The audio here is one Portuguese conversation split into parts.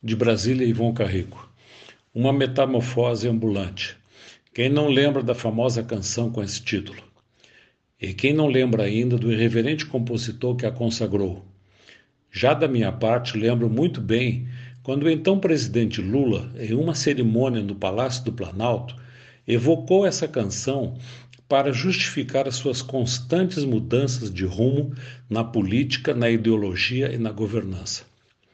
De Brasília, Ivon Carrico. Uma metamorfose ambulante. Quem não lembra da famosa canção com esse título? E quem não lembra ainda do irreverente compositor que a consagrou? Já da minha parte, lembro muito bem quando o então presidente Lula, em uma cerimônia no Palácio do Planalto, evocou essa canção para justificar as suas constantes mudanças de rumo na política, na ideologia e na governança.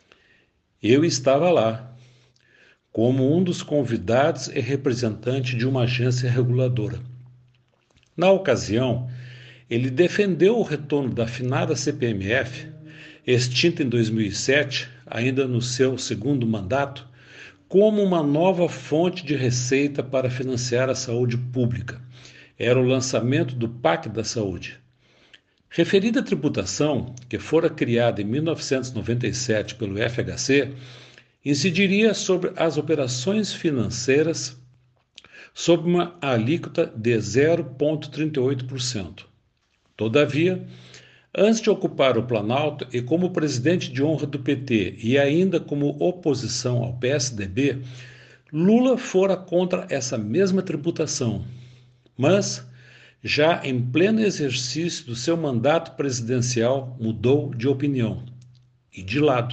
Eu estava lá, como um dos convidados e representante de uma agência reguladora. Na ocasião, ele defendeu o retorno da finada CPMF, extinta em 2007, ainda no seu segundo mandato, como uma nova fonte de receita para financiar a saúde pública. Era o lançamento do PAC da Saúde. Referida tributação, que fora criada em 1997 pelo FHC, incidiria sobre as operações financeiras sob uma alíquota de 0,38%. Todavia, antes de ocupar o Planalto e como presidente de honra do PT e ainda como oposição ao PSDB, Lula fora contra essa mesma tributação, mas, já em pleno exercício do seu mandato presidencial, mudou de opinião e de lado.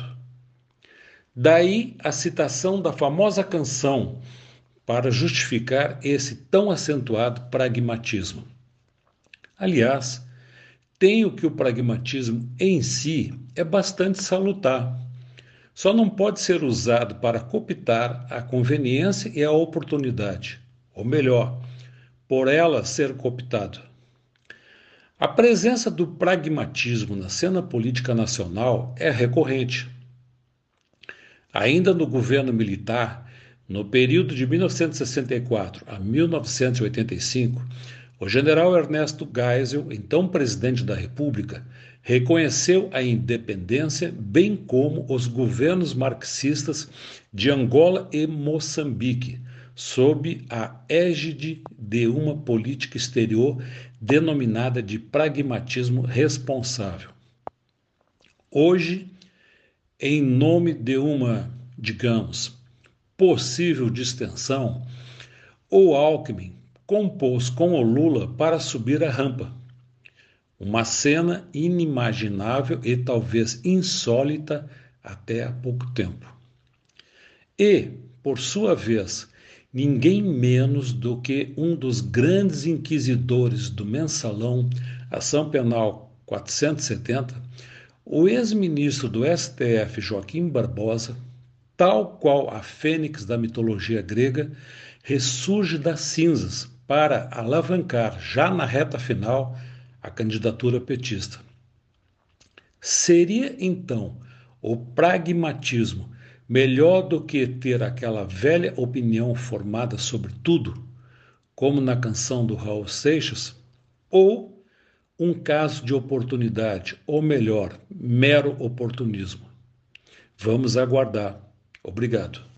Daí a citação da famosa canção para justificar esse tão acentuado pragmatismo. Aliás, tenho que o pragmatismo em si é bastante salutar. Só não pode ser usado para cooptar a conveniência e a oportunidade, ou melhor, por ela ser cooptado. A presença do pragmatismo na cena política nacional é recorrente. Ainda no governo militar, no período de 1964 a 1985, o general Ernesto Geisel, então presidente da República, reconheceu a independência, bem como os governos marxistas de Angola e Moçambique, sob a égide de uma política exterior denominada de pragmatismo responsável. Hoje, em nome de uma, digamos, possível distensão, o Alckmin compôs com o Lula para subir a rampa. Uma cena inimaginável e talvez insólita até há pouco tempo. E, por sua vez, ninguém menos do que um dos grandes inquisidores do mensalão Ação Penal 470, o ex-ministro do STF Joaquim Barbosa, tal qual a fênix da mitologia grega, ressurge das cinzas para alavancar, já na reta final, a candidatura petista. Seria, então, o pragmatismo melhor do que ter aquela velha opinião formada sobre tudo, como na canção do Raul Seixas, ou um caso de oportunidade, ou melhor, mero oportunismo? Vamos aguardar. Obrigado.